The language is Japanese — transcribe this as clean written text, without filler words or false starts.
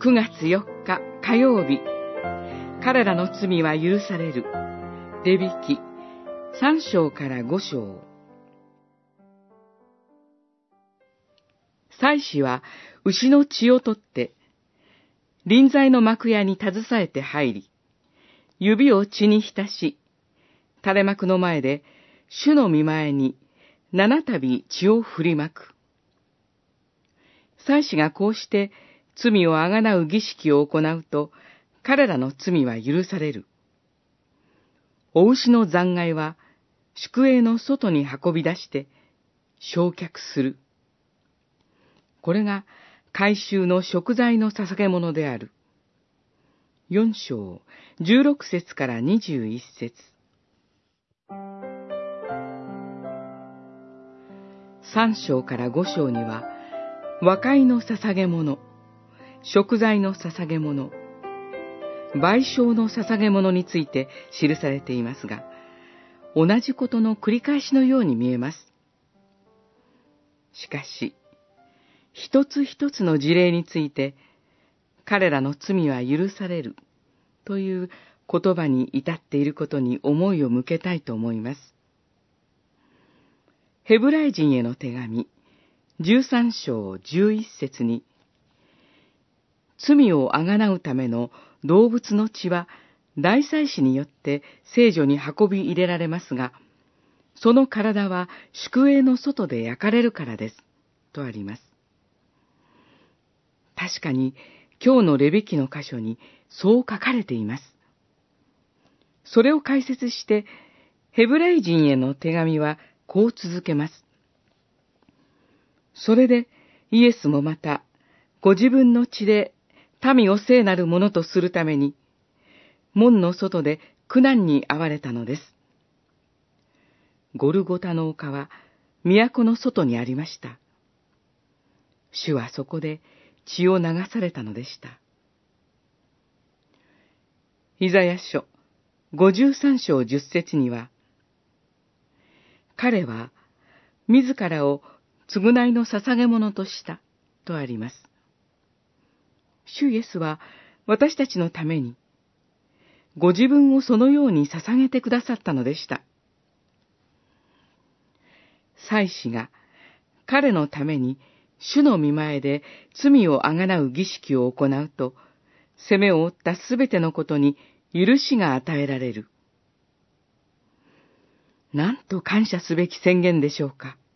9月4日火曜日、彼らの罪は許される。レビ記3章から5章。祭司は牛の血を取って、臨在の幕屋に携えて入り、指を血に浸し、垂れ幕の前で主の御前に7たび血を振りまく。祭司がこうして罪をあがなう儀式を行うと、彼らの罪は許される。お牛の残骸は宿営の外に運び出して焼却する。これが改宗の贖罪の捧げ物である。4章16節から21節。3章から5章には、和解の捧げ物、贖罪の捧げ物、賠償の捧げ物について記されていますが、同じことの繰り返しのように見えます。しかし、一つ一つの事例について、彼らの罪は許されるという言葉に至っていることに思いを向けたいと思います。ヘブライ人への手紙、13章11節に、罪をあがなうための動物の血は大祭司によって聖所に運び入れられますが、その体は宿営の外で焼かれるからです、とあります。確かに今日のレビ記の箇所にそう書かれています。それを解説して、ヘブライ人への手紙はこう続けます。それでイエスもまた、ご自分の血で民を聖なるものとするために、門の外で苦難に遭われたのです。ゴルゴタの丘は都の外にありました。主はそこで血を流されたのでした。イザヤ書53章10節には、彼は自らを償いの捧げ物としたとあります。主イエスは私たちのために、ご自分をそのように捧げてくださったのでした。祭司が彼のために主の御前で罪をあがなう儀式を行うと、責めを負ったすべてのことに許しが与えられる。なんと感謝すべき宣言でしょうか。